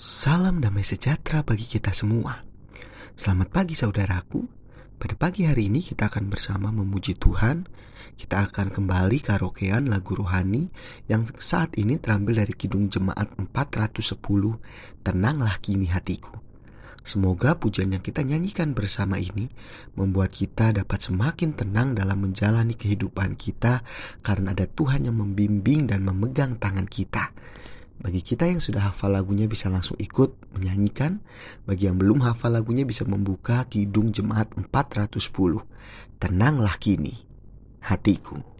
Salam damai sejahtera bagi kita semua. Selamat pagi saudaraku. Pada pagi hari ini kita akan bersama memuji Tuhan. Kita akan kembali karaokean lagu rohani yang saat ini terambil dari Kidung Jemaat 410, Tenanglah Kini Hatiku. Semoga pujian yang kita nyanyikan bersama ini membuat kita dapat semakin tenang dalam menjalani kehidupan kita, karena ada Tuhan yang membimbing dan memegang tangan kita. Bagi kita yang sudah hafal lagunya bisa langsung ikut menyanyikan. Bagi yang belum hafal lagunya bisa membuka Kidung Jemaat 410, Tenanglah Kini Hatiku.